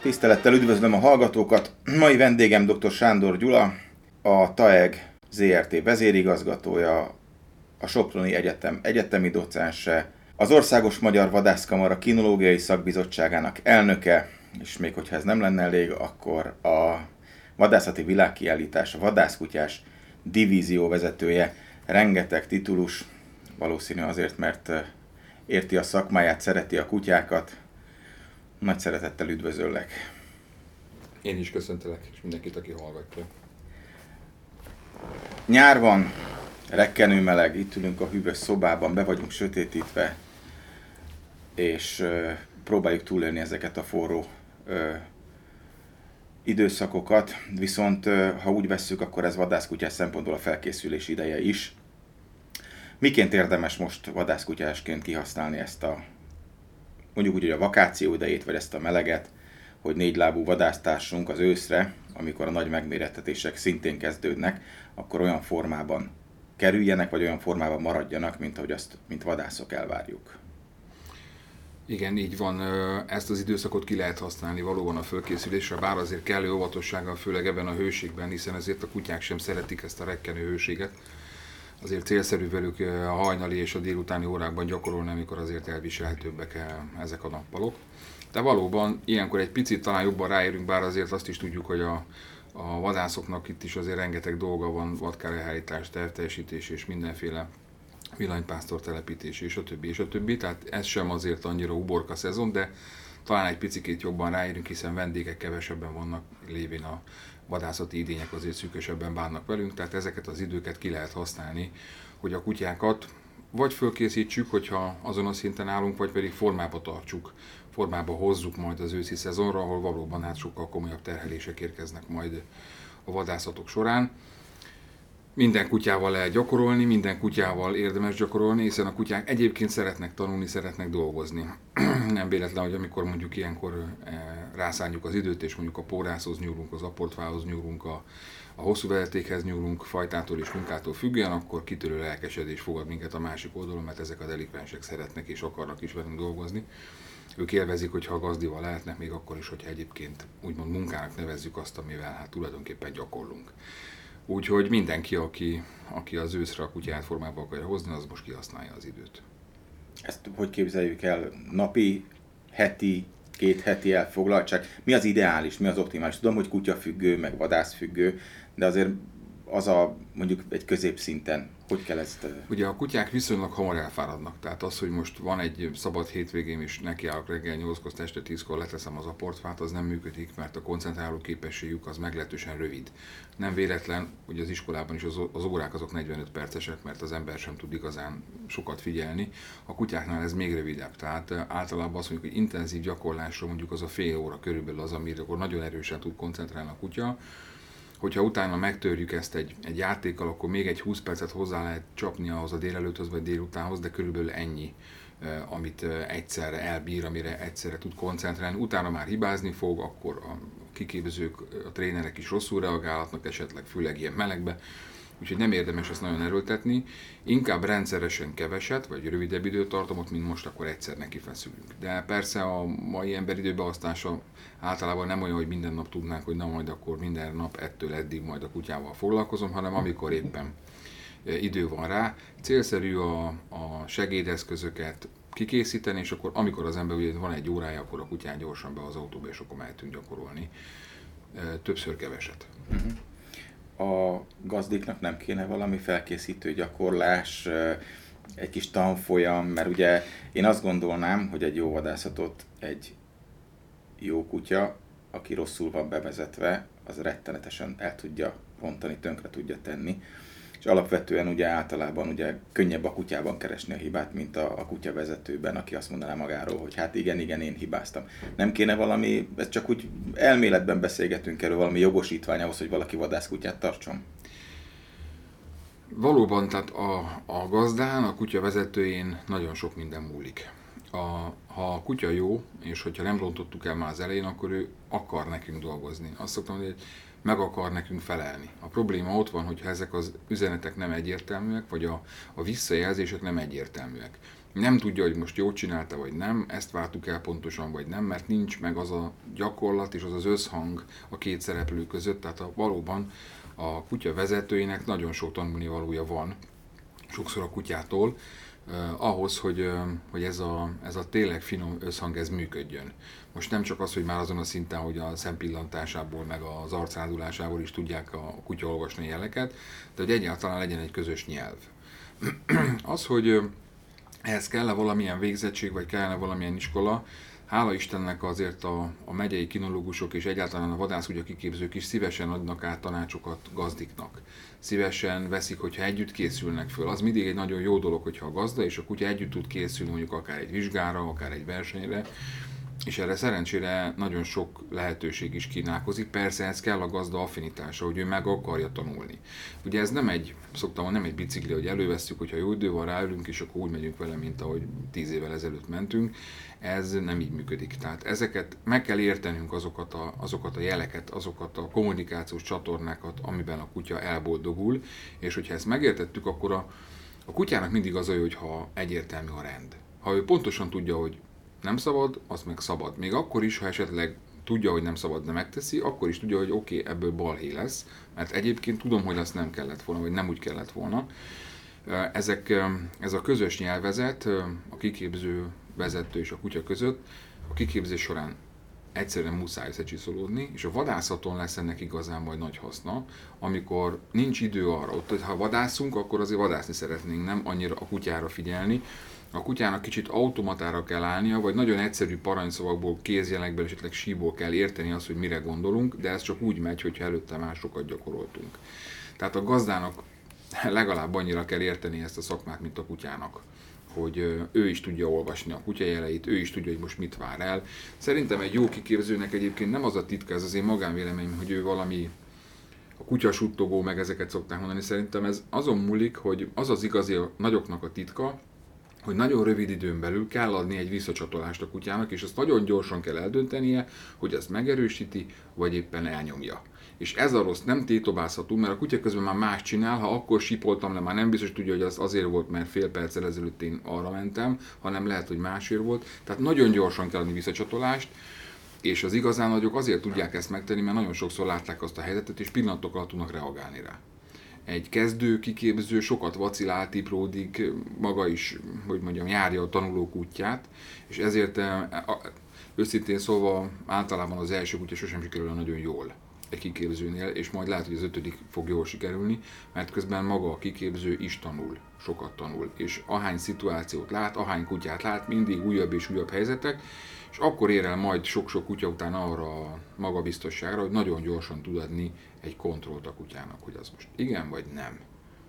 Tisztelettel üdvözlöm a hallgatókat! Mai vendégem dr. Sándor Gyula, a TAEG ZRT vezérigazgatója, a Soproni Egyetem egyetemi docense, az Országos Magyar Vadászkamara Kinológiai Szakbizottságának elnöke, és még hogyha ez nem lenne elég, akkor a Vadászati Világkiállítás, a vadászkutyás divízió vezetője. Rengeteg titulus, valószínű azért, mert érti a szakmáját, szereti a kutyákat. Nagy szeretettel üdvözöllek. Én is köszöntelek, és mindenkit, aki hallgatja. Nyár van, rekkenő meleg, itt ülünk a hűvös szobában, be vagyunk sötétítve, és próbáljuk túlélni ezeket a forró időszakokat, viszont ha úgy vesszük, akkor ez vadászkutyás szempontból a felkészülés ideje is. Miként érdemes most vadászkutyásként kihasználni ezt a, mondjuk úgy, hogy a vakáció idejét, vagy ezt a meleget, hogy négylábú vadásztársunk az őszre, amikor a nagy megmérettetések szintén kezdődnek, akkor olyan formában kerüljenek, vagy olyan formában maradjanak, mint ahogy azt, mint vadászok elvárjuk. Igen, így van. Ezt az időszakot ki lehet használni valóban a fölkészülésre, bár azért kellő óvatossággal, főleg ebben a hőségben, hiszen ezért a kutyák sem szeretik ezt a rekkenő hőséget. Azért célszerű velük a hajnali és a délutáni órákban gyakorolni, amikor azért elviselhetőbbek ezek a nappalok. De valóban ilyenkor egy picit talán jobban ráérünk, bár azért azt is tudjuk, hogy a vadászoknak itt is azért rengeteg dolga van, vadkárelhárítás, tervteljesítés és mindenféle villanypásztor telepítés és a többi és a többi. Tehát ez sem azért annyira uborka szezon, de talán egy picikét jobban ráérünk, hiszen vendégek kevesebben vannak, lévén a vadászati idények azért szűkösebben bánnak velünk, tehát ezeket az időket ki lehet használni, hogy a kutyákat vagy fölkészítsük, hogyha azon a szinten állunk, vagy pedig formába tartsuk, formába hozzuk majd az őszi szezonra, ahol valóban hát sokkal komolyabb terhelések érkeznek majd a vadászatok során. Minden kutyával lehet gyakorolni, minden kutyával érdemes gyakorolni, hiszen a kutyák egyébként szeretnek tanulni, szeretnek dolgozni. Nem véletlen, hogy amikor mondjuk ilyenkor rászánjuk az időt, és mondjuk a pórászhoz nyúlunk, az aportvához nyúlunk, a hosszú vezetékhez nyúlunk, fajtától és munkától függően, akkor kitörő lelkesedés fogad minket a másik oldalon, mert ezek a delikvensek szeretnek és akarnak is velünk dolgozni. Ők élvezik, hogyha a gazdival lehetnek, még akkor is, hogyha egyébként úgymond munkának nevezzük azt, amivel hát tulajdonképpen gyakorlunk. Úgyhogy mindenki, aki az őszre a kutyát formába akarja hozni, az most kihasználja az időt. Ezt hogy képzeljük el? Napi, heti, 2 heti elfoglaltság? Mi az ideális, mi az optimális? Tudom, hogy kutyafüggő, meg vadászfüggő, de azért az a mondjuk egy középszinten, hogy kell ezt... Ugye a kutyák viszonylag hamar elfáradnak, tehát az, hogy most van egy szabad hétvégém és nekiállok reggel 8-kor, este 10-kor leteszem az aportfát, az nem működik, mert a koncentráló képességük az meglehetősen rövid. Nem véletlen, hogy az iskolában is az órák azok 45 percesek, mert az ember sem tud igazán sokat figyelni. A kutyáknál ez még rövidebb, tehát általában azt mondjuk, hogy intenzív gyakorlásra mondjuk az a fél óra körülbelül az, amire akkor nagyon erősen tud koncentrálni a kutya. Hogyha utána megtörjük ezt egy játékkal, akkor még egy 20 percet hozzá lehet csapni ahhoz a délelőtthöz vagy délutánhoz, de körülbelül ennyi, amit egyszerre elbír, amire egyszerre tud koncentrálni. Utána már hibázni fog, akkor a kiképzők, a trénerek is rosszul reagálhatnak, esetleg főleg ilyen melegbe. Úgyhogy nem érdemes ezt nagyon erőltetni, inkább rendszeresen keveset, vagy rövidebb időtartamot, mint most akkor egyszer neki feszülünk. De persze a mai ember időbeosztása általában nem olyan, hogy minden nap tudnánk, hogy na majd akkor minden nap ettől eddig majd a kutyával foglalkozom, hanem amikor éppen idő van rá. Célszerű a segédeszközöket kikészíteni, és akkor amikor az ember ugye van egy órája, akkor a kutyán gyorsan be az autóba, és akkor mehetünk gyakorolni. Többször keveset. A gazdiknak nem kéne valami felkészítő gyakorlás, egy kis tanfolyam, mert ugye én azt gondolnám, hogy egy jó vadászatot egy jó kutya, aki rosszul van bevezetve, az rettenetesen el tudja rontani, tönkre tudja tenni. És alapvetően ugye általában ugye könnyebb a kutyában keresni a hibát, mint a kutya vezetőben, aki azt mondaná magáról, hogy hát igen, én hibáztam. Nem kéne valami, ez csak úgy elméletben beszélgetünk erről, valami jogosítvány ahhoz, hogy valaki vadászkutyát tartson? Valóban, tehát a gazdán, a kutya vezetőjén nagyon sok minden múlik. Ha a kutya jó, és hogyha nem rontottuk el már az elején, akkor ő akar nekünk dolgozni. Azt szoktam mondani, hogy meg akar nekünk felelni. A probléma ott van, hogyha ezek az üzenetek nem egyértelműek, vagy a visszajelzések nem egyértelműek. Nem tudja, hogy most jól csinálta, vagy nem, ezt vártuk el pontosan, vagy nem, mert nincs meg az a gyakorlat és az az összhang a két szereplő között, tehát valóban a kutya vezetőinek nagyon sok tanulnivalója van, sokszor a kutyától, ahhoz, hogy ez a tényleg finom összhang ez működjön. Most nem csak az, hogy már azon a szinten, hogy a szempillantásából, meg az arcázulásából is tudják a kutya olvasni a jeleket, de hogy egyáltalán legyen egy közös nyelv. Az, hogy ehhez kell-e valamilyen végzettség, vagy kellene valamilyen iskola, hála Istennek azért a megyei kinológusok és egyáltalán a vadászkutya kiképzők is szívesen adnak át tanácsokat gazdiknak. Szívesen veszik, hogyha együtt készülnek föl. Az mindig egy nagyon jó dolog, hogyha a gazda és a kutya együtt tud készülni mondjuk akár egy vizsgára, akár egy versenyre, és erre szerencsére nagyon sok lehetőség is kínálkozik. Persze ez kell a gazda affinitása, hogy ő meg akarja tanulni. Ugye ez nem egy bicikli, hogy elővesszük, hogyha jó idő van, ráülünk, és akkor úgy megyünk vele, mint ahogy 10 évvel ezelőtt mentünk. Ez nem így működik. Tehát ezeket meg kell értenünk, azokat a jeleket, azokat a kommunikációs csatornákat, amiben a kutya elboldogul, és hogyha ezt megértettük, akkor a kutyának mindig az a jó, hogyha egyértelmű a rend. Ha ő pontosan tudja, hogy nem szabad, az meg szabad. Még akkor is, ha esetleg tudja, hogy nem szabad, de megteszi, akkor is tudja, hogy oké, ebből balhé lesz, mert egyébként tudom, hogy azt nem kellett volna, vagy nem úgy kellett volna. Ez a közös nyelvezet, a kiképző vezető és a kutya között, a kiképzés során egyszerűen muszáj összecsiszolódni, és a vadászaton lesz ennek igazán majd nagy haszna, amikor nincs idő arra, hogy ha vadászunk, akkor azért vadászni szeretnénk, nem annyira a kutyára figyelni. A kutyának kicsit automatára kell állnia, vagy nagyon egyszerű parancsszavakból, kézjelekből, esetleg síból kell érteni azt, hogy mire gondolunk, de ez csak úgy megy, hogyha előtte már sokat gyakoroltunk. Tehát a gazdának legalább annyira kell érteni ezt a szakmát, mint a kutyának, hogy ő is tudja olvasni a kutya jeleit, ő is tudja, hogy most mit vár el. Szerintem egy jó kiképzőnek egyébként nem az a titka, ez az én magánvéleményem, hogy ő valami a kutya suttogó, meg ezeket szokták mondani. Szerintem ez azon múlik, hogy az az igazi a nagyoknak a titka, hogy nagyon rövid időn belül kell adni egy visszacsatolást a kutyának, és azt nagyon gyorsan kell eldöntenie, hogy ezt megerősíti, vagy éppen elnyomja. És ez a rossz, nem tétobázható, mert a kutya közben már más csinál, ha akkor sípoltam le, már nem biztos tudja, hogy az azért volt, mert fél perccel ezelőtt én arra mentem, hanem lehet, hogy másért volt. Tehát nagyon gyorsan kell adni visszacsatolást, és az igazán nagyok azért tudják ezt megtenni, mert nagyon sokszor látták azt a helyzetet, és pillanatok alatt tudnak reagálni rá. Egy kezdő, kiképző sokat vacilál, tipródik, maga is, hogy mondjam, járja a tanulók útját, és ezért őszintén szólva általában az első kutya sosem sikerül nagyon jól egy kiképzőnél, és majd lehet, hogy az 5. fog jól sikerülni, mert közben maga a kiképző is tanul, sokat tanul, és ahány szituációt lát, ahány kutyát lát, mindig újabb és újabb helyzetek, és akkor ér el majd sok-sok kutya után arra a magabiztosságra, hogy nagyon gyorsan tud adni egy kontrollt a kutyának, hogy az most igen vagy nem.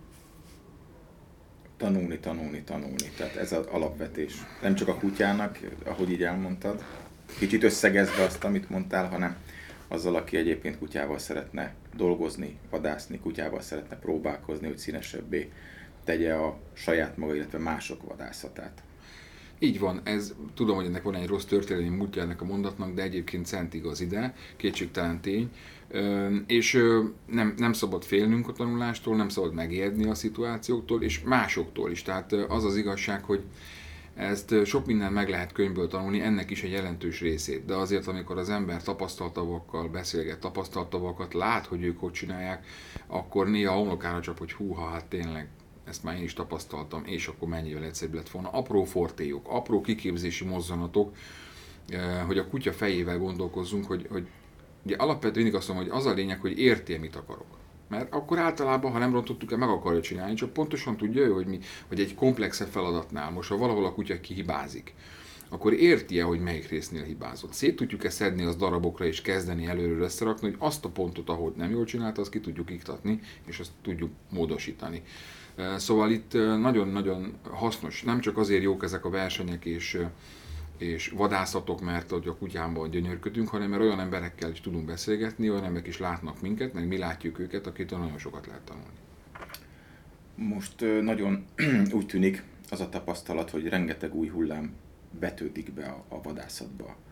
Tanulni. Tehát ez az alapvetés. Nem csak a kutyának, ahogy így elmondtad, kicsit összegezve azt, amit mondtál, hanem azzal, aki egyébként kutyával szeretne dolgozni, vadászni, kutyával szeretne próbálkozni, hogy színesebbé tegye a saját maga, illetve mások vadászatát. Így van, tudom, hogy ennek van egy rossz történelmi múltja ennek a mondatnak, de egyébként szent igaz ide, kétségtelen tény. És nem szabad félnünk a tanulástól, nem szabad megijedni a szituációktól, és másoktól is. Tehát az az igazság, hogy ezt sok minden meg lehet könyvből tanulni, ennek is egy jelentős részét. De azért, amikor az ember tapasztaltabbak beszélget, tapasztaltabbakat lát, hogy ők hogy csinálják, akkor néha homlokára csap, hogy húha, hát tényleg, ezt már én is tapasztaltam, és akkor mennyivel egyszerűbb lett volna. Apró fortélyok, apró kiképzési mozzanatok, hogy a kutya fejével gondolkozzunk, hogy ugye alapvetően mindig azt mondom, hogy az a lényeg, hogy érti, mit akarok. Mert akkor általában, ha nem rontottuk el, meg akarja csinálni, csak pontosan tudja ő, hogy egy komplexebb feladatnál, most ha valahol a kutya kihibázik, akkor érti-e, hogy melyik résznél hibázott. Szét tudjuk-e szedni az darabokra és kezdeni előről összerakni, hogy azt a pontot, ahol nem jól csinálta, azt ki tudjuk iktatni, és azt tudjuk módosítani. Szóval itt nagyon-nagyon hasznos, nem csak azért jók ezek a versenyek és vadászatok, mert a kutyámban gyönyörködünk, hanem mert olyan emberekkel is tudunk beszélgetni, olyan emberek is látnak minket, meg mi látjuk őket, akitől nagyon sokat lehet tanulni. Most nagyon úgy tűnik az a tapasztalat, hogy rengeteg új hullám vetődik be a vadászatba.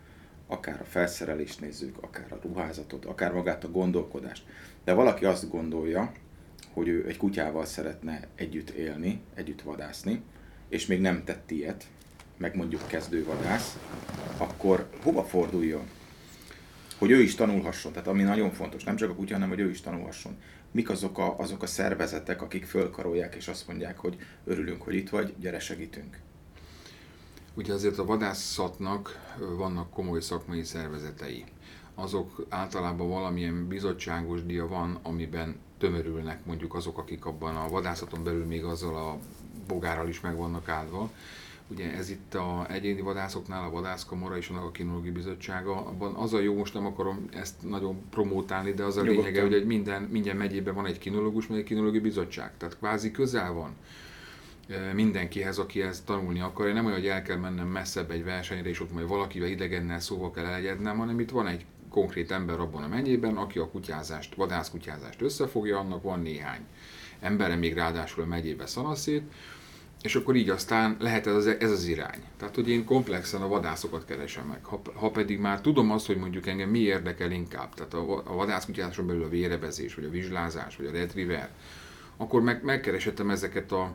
akár a felszerelést nézzük, akár a ruházatot, akár magát a gondolkodást. De valaki azt gondolja, hogy ő egy kutyával szeretne együtt élni, együtt vadászni, és még nem tett ilyet, meg mondjuk kezdővadász, akkor hova forduljon? Hogy ő is tanulhasson, tehát ami nagyon fontos, nem csak a kutya, hanem hogy ő is tanulhasson. Mik azok a szervezetek, akik fölkarolják és azt mondják, hogy örülünk, hogy itt vagy, gyere segítünk. Ugye azért a vadászatnak vannak komoly szakmai szervezetei. Azok általában valamilyen bizottságos díja van, amiben tömörülnek mondjuk azok, akik abban a vadászaton belül még azzal a bogárral is meg vannak áldva. Ugye ez itt a egyéni vadászoknál a vadászkamara és annak a kinológiai bizottsága, abban az a jó, most nem akarom ezt nagyon promótálni, de az a lényege, hogy minden megyében van egy kinológus, meg egy kinológiai bizottság, tehát kvázi közel van mindenkihez, aki ezt tanulni akarja. Nem olyan, hogy el kell mennem messzebb egy versenyre, és ott majd valakivel idegennel szóval kell elegyednem, hanem itt van egy konkrét ember abban a megyében, aki a kutyázást, vadászkutyázást összefogja, annak van néhány embere, még ráadásul a megyébe szanaszét, és akkor így aztán lehet ez az irány. Tehát, hogy én komplexen a vadászokat keresem meg. Ha pedig már tudom azt, hogy mondjuk engem mi érdekel inkább, tehát a vadászkutyázáson belül a vérebezés, vagy a vizslázás, vagy a retriever, akkor megkeresettem ezeket a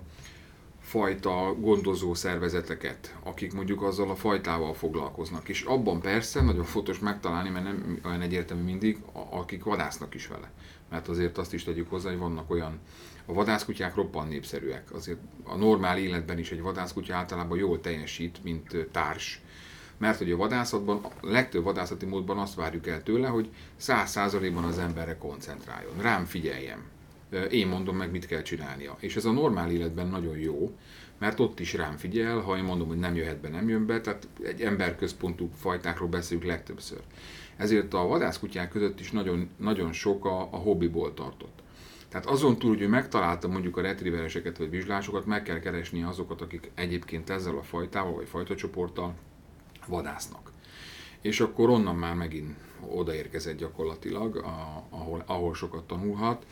fajta gondozó szervezeteket, akik mondjuk azzal a fajtával foglalkoznak. És abban persze nagyon fontos megtalálni, mert nem olyan egyértelmű mindig, akik vadásznak is vele. Mert azért azt is tegyük hozzá, hogy vannak olyan, a vadászkutyák roppant népszerűek. Azért a normál életben is egy vadászkutya általában jól teljesít, mint társ. Mert hogy a vadászatban, a legtöbb vadászati módban azt várjuk el tőle, hogy 100%-ban az emberre koncentráljon, rám figyeljen. Én mondom meg, mit kell csinálnia. És ez a normál életben nagyon jó, mert ott is rám figyel, ha én mondom, hogy nem jöhet be, nem jön be, tehát egy emberközpontú fajtákról beszélünk legtöbbször. Ezért a vadászkutyák között is nagyon, nagyon sok a hobbiból tartott. Tehát azon túl, hogy ő megtalálta mondjuk a retrievereseket vagy vizslásokat, meg kell keresni azokat, akik egyébként ezzel a fajtával vagy fajtacsoporttal vadásznak. És akkor onnan már megint odaérkezett gyakorlatilag, ahol sokat tanulhat.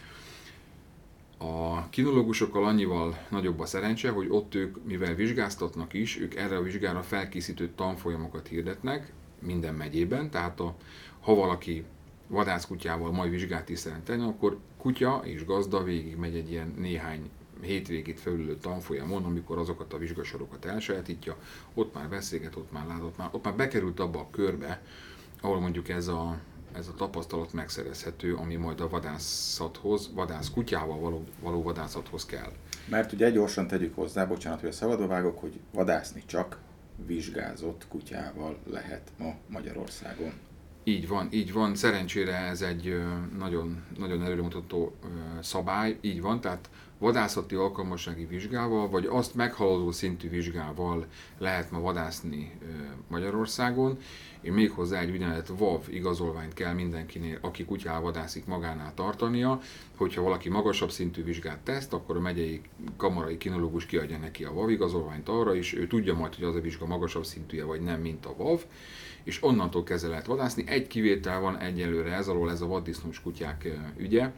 A kinológusokkal annyival nagyobb a szerencse, hogy ott ők, mivel vizsgáztatnak is, ők erre a vizsgára felkészítő tanfolyamokat hirdetnek minden megyében, tehát ha valaki vadászkutyával majd vizsgát is szeretne, akkor kutya és gazda végig megy egy ilyen néhány hétvégét felülő tanfolyamon, amikor azokat a vizsgasorokat elsajátítja, ott már beszélget, ott már lát, ott már bekerült abba a körbe, ahol mondjuk ez a tapasztalat megszerezhető, ami majd a vadászathoz, vadászkutyával való vadászathoz kell. Mert ugye gyorsan tegyük hozzá, bocsánat, hogy a szabadba vágok, hogy vadászni csak vizsgázott kutyával lehet ma Magyarországon. Így van. Szerencsére ez egy nagyon, nagyon előremutató szabály, így van, tehát vadászati alkalmassági vizsgával, vagy azt meghaladó szintű vizsgával lehet ma vadászni Magyarországon, és méghozzá egy úgynevezett VAV igazolványt kell mindenkinél, aki kutyával vadászik, magánál tartania, hogyha valaki magasabb szintű vizsgát tesz, akkor a megyei kamarai kinológus kiadja neki a VAV igazolványt arra, és ő tudja majd, hogy az a vizsga magasabb szintűje vagy nem, mint a VAV, és onnantól kezdve lehet vadászni. Egy kivétel van egyelőre ez alól, ez a vaddisznós kutyák ügye.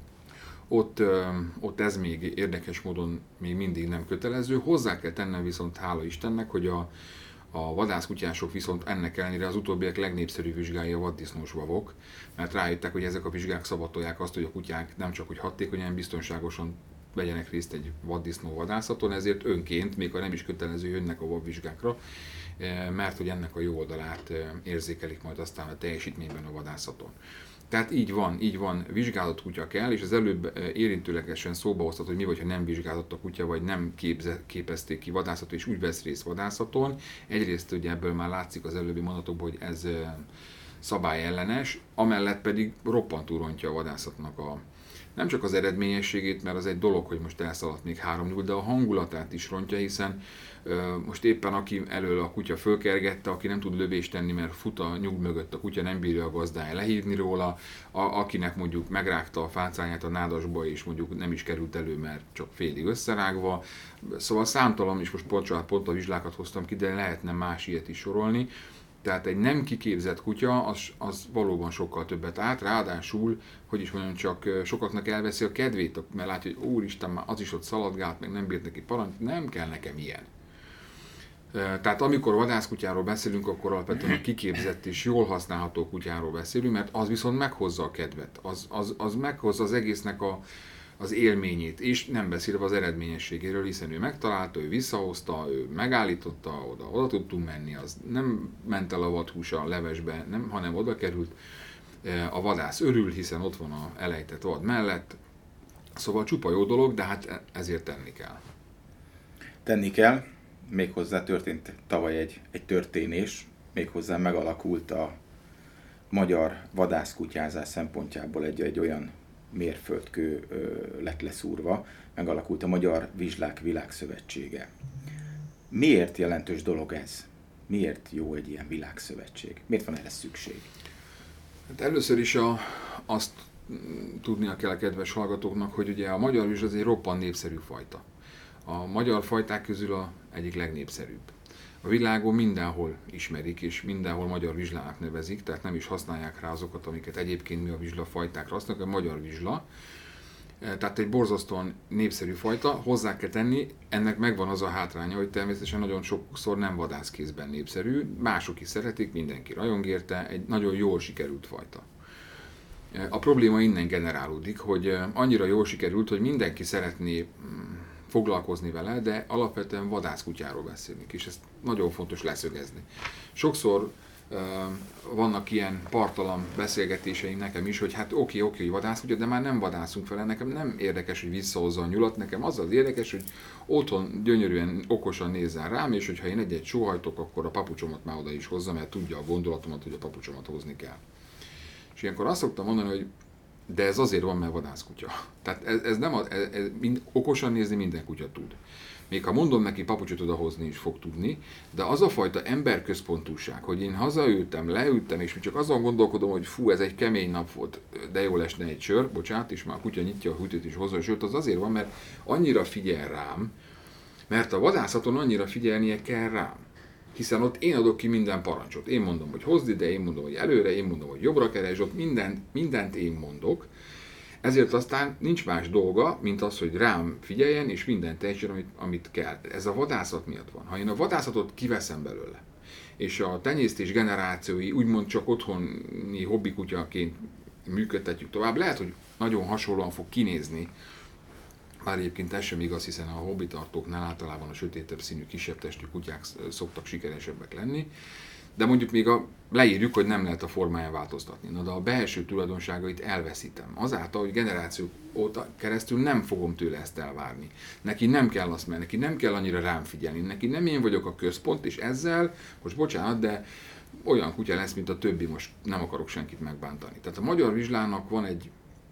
Ott ez még érdekes módon még mindig nem kötelező. Hozzá kell tennem viszont, hála Istennek, hogy a vadászkutyások viszont ennek ellenére az utóbbiak legnépszerűbb vizsgái a vaddisznós vavok, mert rájöttek, hogy ezek a vizsgák szavatolják azt, hogy a kutyák nem csak hogy hatékonyan, biztonságosan vegyenek részt egy vaddisznó vadászaton, ezért önként, még ha nem is kötelező, jönnek a vavvizsgákra, mert hogy ennek a jó oldalát érzékelik majd aztán a teljesítményben a vadászaton. Tehát így van, vizsgázott kutya kell, és az előbb érintőlegesen szóba hoztat, hogy mi vagy, ha nem vizsgázott a kutya, vagy nem képezték ki vadászaton, és úgy vesz részt vadászaton. Egyrészt ugye ebből már látszik az előbbi mondatokból, hogy ez szabályellenes, amellett pedig roppantúl rontja a vadászatnak nem csak az eredményességét, mert az egy dolog, hogy most elszaladt még 3-0, de a hangulatát is rontja, hiszen most éppen aki elől a kutya fölkergette, aki nem tud lövést tenni, mert fut a nyug mögött, a kutya nem bírja a gazdája lehívni róla, akinek mondjuk megrágta a fácányát a nádasba, és mondjuk nem is került elő, mert csak félig összerágva. Szóval számtalan, és most pont a vizslákat hoztam ki, de lehetne más ilyet is sorolni. Tehát egy nem kiképzett kutya, az valóban sokkal többet át, ráadásul, hogy is mondjam, csak sokaknak elveszi a kedvét, mert látja, hogy úristen, már az is ott szaladgált, meg nem bírt neki parancs, nem kell nekem ilyen. Tehát amikor vadászkutyáról beszélünk, akkor alapvetően a kiképzett és jól használható kutyáról beszélünk, mert az viszont meghozza a kedvet, az meghozza az egésznek az élményét, és nem beszélve az eredményességéről, hiszen ő megtalálta, ő visszahozta, ő megállította, oda tudtunk menni, az nem ment el a vadhús a levesbe, hanem oda került. A vadász örül, hiszen ott van a elejtett vad mellett, szóval csupa jó dolog, de hát ezért tenni kell. Tenni kell, méghozzá történt tavaly egy történés, méghozzá megalakult a magyar vadászkutyázás szempontjából egy olyan mérföldkő lett leszúrva, megalakult a Magyar Vizslák Világszövetsége. Miért jelentős dolog ez? Miért jó egy ilyen világszövetség? Miért van erre szükség? Hát először is azt tudnia kell a kedves hallgatóknak, hogy ugye a magyar vizsla az egy roppant népszerű fajta. A magyar fajták közül a egyik legnépszerűbb. A világon mindenhol ismerik, és mindenhol magyar vizslának nevezik, tehát nem is használják rá azokat, amiket egyébként mi a vizslafajtákra használjuk, a magyar vizsla. Tehát egy borzasztóan népszerű fajta, hozzá kell tenni, ennek megvan az a hátránya, hogy természetesen nagyon sokszor nem vadászkézben népszerű, mások is szeretik, mindenki rajong érte, egy nagyon jól sikerült fajta. A probléma innen generálódik, hogy annyira jól sikerült, hogy mindenki szeretné foglalkozni vele, de alapvetően vadászkutyáról beszélünk, és ezt nagyon fontos leszögezni. Sokszor vannak ilyen parttalan beszélgetéseim nekem is, hogy hát oké, hogy vadászkutya, de már nem vadászunk vele, nekem nem érdekes, hogy visszahozza a nyulat, nekem az az érdekes, hogy otthon gyönyörűen, okosan nézzen rám, és hogyha én egy sóhajtok, akkor a papucsomat már oda is hozza, mert tudja a gondolatomat, hogy a papucsomat hozni kell. És ilyenkor azt szoktam mondani, hogy de ez azért van, mert vadászkutya. Tehát ez nem okosan nézni minden kutya tud. Még ha mondom neki, papucsot odahozni is fog tudni, de az a fajta emberközpontúság, hogy én hazaültem, leültem, és csak azon gondolkodom, hogy fú, ez egy kemény nap volt, de jól esne egy sör, bocsánat, és már a kutya nyitja a hűtőt és hozza a sört, az azért van, mert annyira figyel rám, mert a vadászaton annyira figyelnie kell rám. Hiszen ott én adok ki minden parancsot. Én mondom, hogy hozd ide, én mondom, hogy előre, én mondom, hogy jobbra keresd, ott mindent én mondok. Ezért aztán nincs más dolga, mint az, hogy rám figyeljen, és mindent teljesen, amit kell. Ez a vadászat miatt van. Ha én a vadászatot kiveszem belőle, és a tenyésztés generációi úgymond csak otthoni hobbikutyaként működtetjük tovább, lehet, hogy nagyon hasonlóan fog kinézni, bár egyébként ez sem igaz, hiszen a hobbitartóknál általában a sötétebb színű, kisebb testű kutyák szoktak sikeresebbek lenni, de mondjuk még leírjuk, hogy nem lehet a formáján változtatni. Na, de a belső tulajdonságait elveszítem. Azáltal, hogy generációk óta keresztül nem fogom tőle ezt elvárni. Neki nem kell azt, mert neki nem kell annyira rám figyelni. Neki nem én vagyok a központ, és ezzel, most bocsánat, de olyan kutya lesz, mint a többi, most nem akarok senkit megbántani. Tehát a magyar vizslának van egy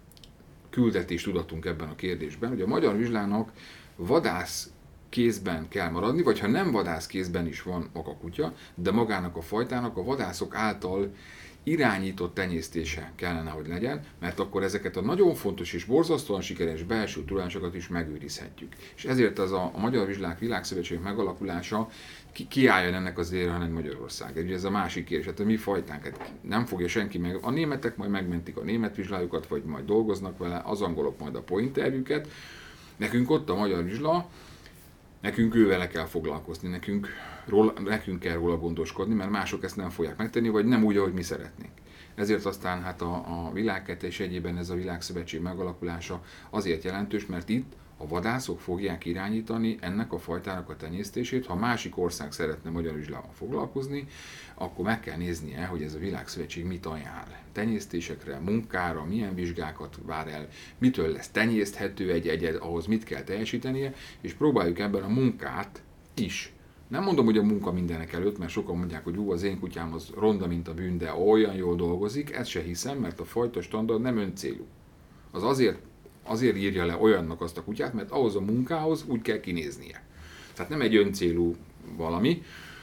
küldetés tudatunk ebben a kérdésben, hogy a magyar vizslának vadász kézben kell maradni, vagy ha nem vadász kézben is van maga kutya, de magának a fajtának a vadászok által irányított tenyésztése kellene, hogy legyen, mert akkor ezeket a nagyon fontos és borzasztóan sikeres belső tulajdonságokat is megőrizhetjük. És ezért az a Magyar Vizslák Világszövetség megalakulása kiálljon ennek az érvelnek Magyarország. Ugye ez a másik kérdés, hát a mi fajtánkat nem fogja senki meg. A németek majd megmentik a német vizslájukat, vagy majd dolgoznak vele, az angolok majd a pointerjüket. Nekünk ott a magyar vizsla, nekünk ővele kell foglalkozni, nekünk kell róla gondoskodni, mert mások ezt nem fogják megtenni, vagy nem úgy, ahogy mi szeretnénk. Ezért aztán hát a világkette és egyében ez a világszövetség megalakulása azért jelentős, mert itt a vadászok fogják irányítani ennek a fajtának a tenyésztését. Ha másik ország szeretne magyar vizslával foglalkozni, akkor meg kell néznie, hogy ez a világszövetség mit ajánl. Tenyésztésekre, munkára, milyen vizsgákat vár el, mitől lesz tenyészthető egy egyed, ahhoz mit kell teljesítenie, és próbáljuk ebben a munkát is. Nem mondom, hogy a munka mindenek előtt, mert sokan mondják, hogy az én kutyám az ronda, mint a bűn, de olyan jól dolgozik, ezt se hiszem, mert a fajta standard nem öncélú. Az azért írja le olyannak azt a kutyát, mert ahhoz a munkához úgy kell kinéznie. Tehát nem egy öncélú valami,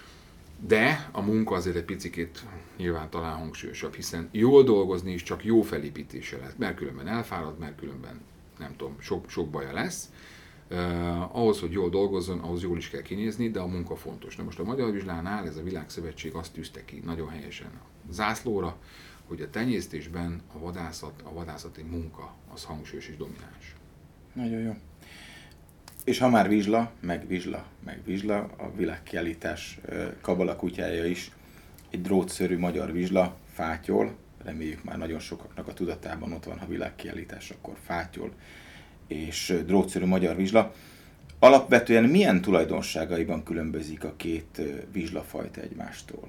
de a munka azért egy picikét nyilván talán hangsúlyosabb, hiszen jól dolgozni is csak jó felépítése lehet, mert különben elfárad, mert különben nem tudom, sok baja lesz. Ahhoz, hogy jól dolgozzon, ahhoz jól is kell kinézni, de a munka fontos. Na most a Magyar Vizslánál ez a Világszövetség azt tűzte ki nagyon helyesen a zászlóra, hogy a tenyésztésben a vadászati munka az hangsúlyos és domináns. Nagyon jó. És ha már vizsla, meg vizsla, a világkiállítás kabala kutyája is egy drótszörű magyar vizsla, fátyol, reméljük már nagyon sokaknak a tudatában ott van, ha világkiállítás, akkor fátyol, és drótszörű magyar vizsla. Alapvetően milyen tulajdonságaiban különbözik a két vizslafajta egymástól?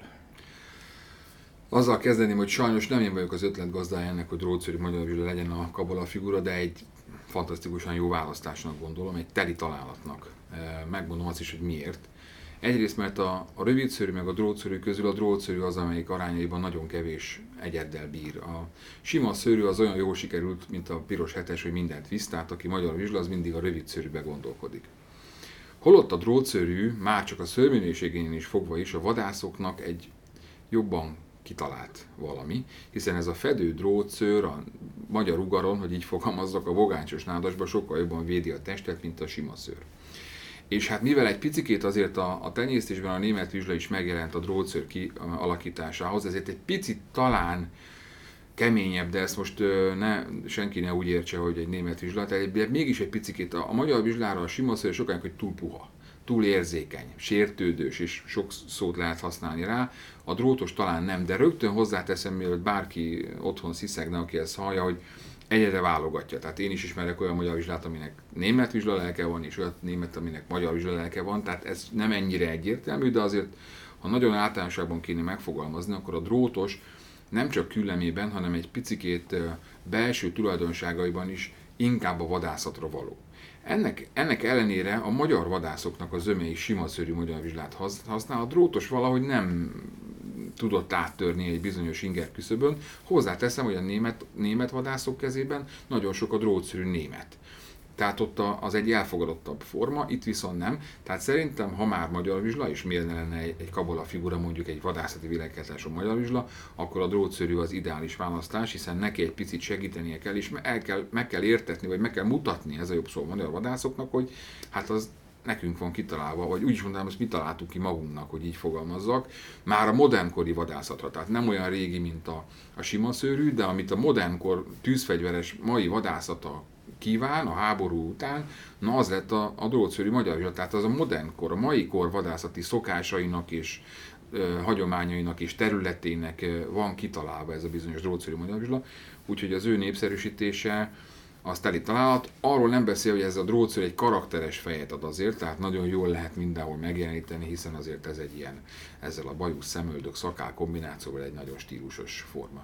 Azzal kezdeném, hogy sajnos nem én vagyok az ötletgazdája ennek, hogy drótszörű magyar vizsla legyen a kabala figura, de egy fantasztikusan jó választásnak gondolom, egy teli találatnak. Megmondom azt is, hogy miért. Egyrészt, mert a rövidszőrű meg a drótszőrű közül a drótszőrű az, amelyik arányaiban nagyon kevés egyeddel bír. A sima szőrű az olyan jól sikerült, mint a piros hetes, hogy mindent visz, tehát aki magyar vizsla, az mindig a rövidszőrűbe gondolkodik. Holott a drótszőrű már csak a szőrminőségén is fogva is a vadászoknak egy jobban kitalált valami, hiszen ez a fedő drótszőr a magyar ugaron, hogy így fogalmazzak, a vogáncsos nádasban sokkal jobban védi a testet, mint a sima szőr. És hát mivel egy picikét azért a tenyésztésben a német vizsla is megjelent a drótszőr kialakításához, ezért egy picit talán keményebb, de ezt most senki ne úgy értse, hogy egy német vizsla, tehát mégis egy picikét a magyar vizslára a sima szőr sokáig, hogy túl puha, túl érzékeny, sértődős, és sok szót lehet használni rá. A drótos talán nem, de rögtön hozzáteszem, mielőtt bárki otthon sziszegne, aki ezt hallja, hogy egyre válogatja. Tehát én is ismerek olyan magyar vizslát, aminek német vizsla lelke van, és olyan német, aminek magyar vizsla lelke van, tehát ez nem ennyire egyértelmű, de azért, ha nagyon általánosságban kéne megfogalmazni, akkor a drótos nem csak küllemében, hanem egy picikét belső tulajdonságaiban is inkább a vadászatra való. Ennek ellenére a magyar vadászoknak a zöme is sima szőrű magyar vizslát használ, a drótos valahogy nem tudott áttörni egy bizonyos inger küszöbön. Hozzáteszem, hogy a német vadászok kezében nagyon sok a drótszörű német. Tehát ott az egy elfogadottabb forma, itt viszont nem. Tehát szerintem, ha már magyar vizsla, és miért ne lenne egy kabala figura, mondjuk egy vadászati világkiállításon magyar vizsla, akkor a drótszörű az ideális választás, hiszen neki egy picit segítenie kell, és meg kell értetni, vagy meg kell mutatni, ez a jobb szó a magyar vadászoknak, hogy hát az nekünk van kitalálva, vagy úgy is mondanám, hogy mi találtuk ki magunknak, hogy így fogalmazzak, már a modernkori vadászatra, tehát nem olyan régi, mint a sima szőrű, de amit a modernkor tűzfegyveres mai vadászata kíván a háború után, na az lett a drótszőrű magyar vizsla, tehát az a modernkor, a mai kor vadászati szokásainak és hagyományainak és területének van kitalálva ez a bizonyos drótszőrű magyar vizsla, úgyhogy az ő népszerűsítése az teli találat. Arról nem beszél, hogy ez a drótszőr egy karakteres fejet ad azért, tehát nagyon jól lehet mindenhol megjeleníteni, hiszen azért ez egy ilyen, ezzel a bajusz szemöldök szakál kombinációval egy nagyon stílusos forma.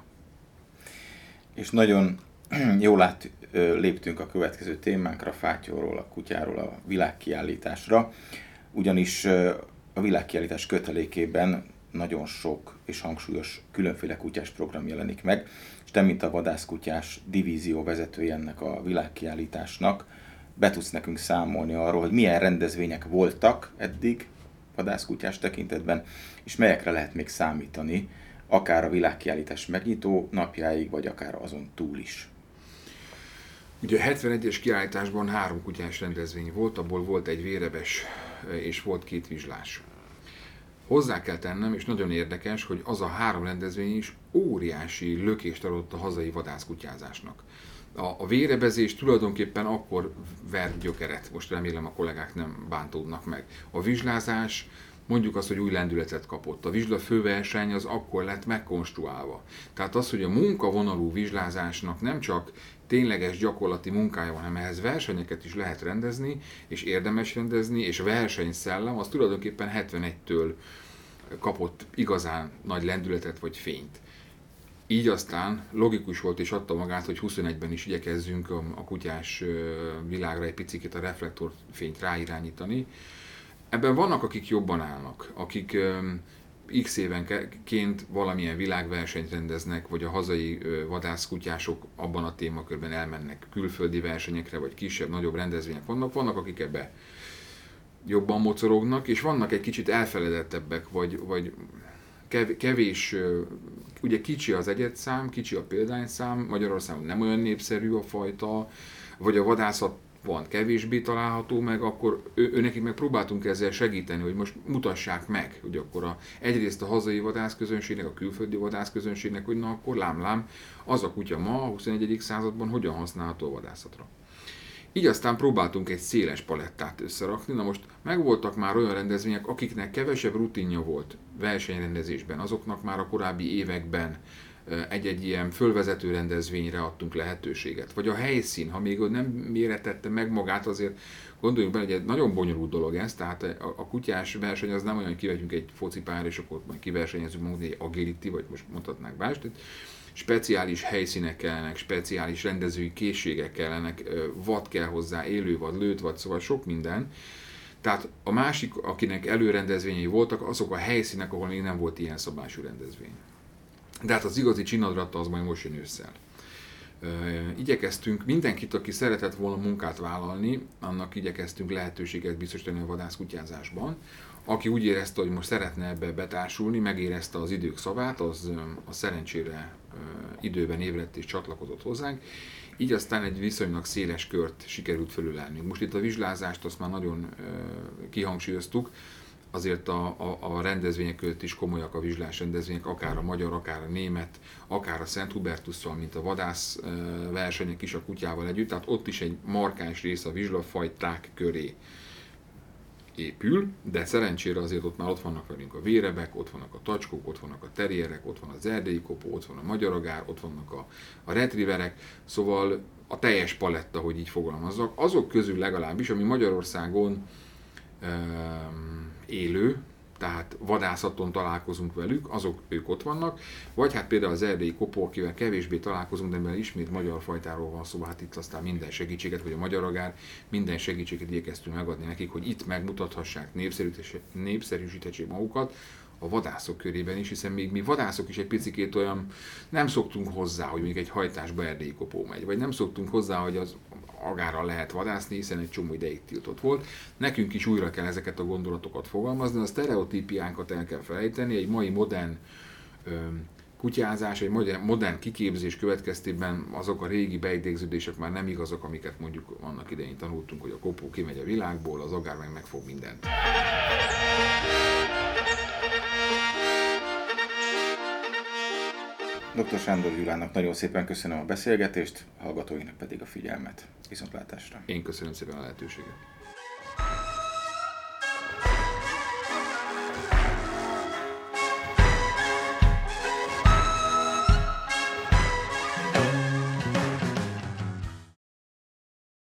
És nagyon jól léptünk a következő témánkra, fátyolról, a kutyáról, a világkiállításra, ugyanis a világkiállítás kötelékében nagyon sok és hangsúlyos különféle kutyás program jelenik meg, és te, mint a vadászkutyás divízió vezetője ennek a világkiállításnak, be tudsz nekünk számolni arról, hogy milyen rendezvények voltak eddig vadászkutyás tekintetben, és melyekre lehet még számítani, akár a világkiállítás megnyitó napjáig, vagy akár azon túl is. Ugye a 71-es kiállításban 3 kutyás rendezvény volt, abból volt egy vérebes és volt 2 vizslás. Hozzá kell tennem, és nagyon érdekes, hogy az a 3 rendezvény is óriási lökést adott a hazai vadászkutyázásnak. A vérebezés tulajdonképpen akkor vert gyökeret, most remélem a kollégák nem bántódnak meg. A vizslázás mondjuk azt, hogy új lendületet kapott. A vizsla főverseny az akkor lett megkonstruálva. Tehát az, hogy a munkavonalú vizslázásnak nem csak tényleges gyakorlati munkája van, hanem ehhez versenyeket is lehet rendezni, és érdemes rendezni, és versenyszellem az tulajdonképpen 71-től kapott igazán nagy lendületet vagy fényt. Így aztán logikus volt és adta magát, hogy 21-ben is igyekezzünk a kutyás világra egy picit a reflektorfényt ráirányítani. Ebben vannak, akik jobban állnak, akik x évenként valamilyen világversenyt rendeznek, vagy a hazai vadászkutyások abban a témakörben elmennek külföldi versenyekre, vagy kisebb, nagyobb rendezvények vannak, akik ebbe jobban mocorognak, és vannak egy kicsit elfeledettebbek, vagy kevés, ugye kicsi az egyedszám, kicsi a példányszám, Magyarországon nem olyan népszerű a fajta, vagy a vadászat van kevésbé található meg, akkor nekik meg próbáltunk ezzel segíteni, hogy most mutassák meg, hogy akkor egyrészt a hazai vadászközönségnek, a külföldi vadászközönségnek, hogy na akkor lám, az a kutya ma a 21. században hogyan használható a vadászatra. Így aztán próbáltunk egy széles palettát összerakni. Na most megvoltak már olyan rendezvények, akiknek kevesebb rutinja volt versenyrendezésben, azoknak már a korábbi években egy-egy ilyen fölvezető rendezvényre adtunk lehetőséget. Vagy a helyszín, ha még nem méretette meg magát, azért gondoljunk bele, hogy egy nagyon bonyolult dolog ez, tehát a kutyás verseny az nem olyan, hogy kivegyünk egy focipályára, és akkor majd kiversenyezünk magunk egy agility, vagy most mondhatnánk mást. Speciális helyszínek kellenek, speciális rendezői készségek kellenek, vad kell hozzá, élővad, lőttvad, szóval sok minden. Tehát a másik, akinek előrendezvényei voltak, azok a helyszínek, ahol még nem volt ilyen szabású rendezvény. De hát az igazi csinadratta az majd most jön ősszel. Igyekeztünk mindenkit, aki szeretett volna munkát vállalni, annak igyekeztünk lehetőséget biztosítani a vadászkutyázásban. Aki úgy érezte, hogy most szeretne ebbe betársulni, megérezte az idők szavát, az a szerencsére időben ébredt és csatlakozott hozzánk. Így aztán egy viszonylag széles kört sikerült fölülelni. Most itt a vizslázást azt már nagyon kihangsúlyoztuk, azért a rendezvények között is komolyak a vizslás rendezvények, akár a magyar, akár a német, akár a Szent Hubertusszal, mint a vadász versenyek is a kutyával együtt, tehát ott is egy markáns rész a vizslafajták köré épül, de szerencsére azért ott vannak velünk a vérebek, ott vannak a tacskók, ott vannak a terrierek, ott van az erdélyi kopó, ott van a magyaragár, ott vannak a retrieverek, szóval a teljes paletta, hogy így fogalmazzak, azok közül legalábbis, ami Magyarországon élő, tehát vadászaton találkozunk velük, ők ott vannak, vagy hát például az erdélyi kopó, akivel kevésbé találkozunk, de mivel ismét magyar fajtáról van szó, hát itt aztán minden segítséget, vagy a magyaragár, minden segítséget igyekeztünk megadni nekik, hogy itt megmutathassák, népszerűsíthessék magukat a vadászok körében is, hiszen még mi vadászok is egy picikét olyan, nem szoktunk hozzá, hogy még egy hajtásba erdélyi kopó megy, vagy nem szoktunk hozzá, hogy az agárral lehet vadászni, hiszen egy csomó ideig tiltott volt. Nekünk is újra kell ezeket a gondolatokat fogalmazni, a sztereotípiánkat el kell felejteni, egy mai modern kutyázás, egy modern kiképzés következtében azok a régi beidégződések már nem igazak, amiket mondjuk annak idején tanultunk, hogy a kopó kimegy a világból, az agár meg megfog mindent. Dr. Sándor Gyulának nagyon szépen köszönöm a beszélgetést, hallgatóinak pedig a figyelmet. Viszontlátásra! Én köszönöm szépen a lehetőséget!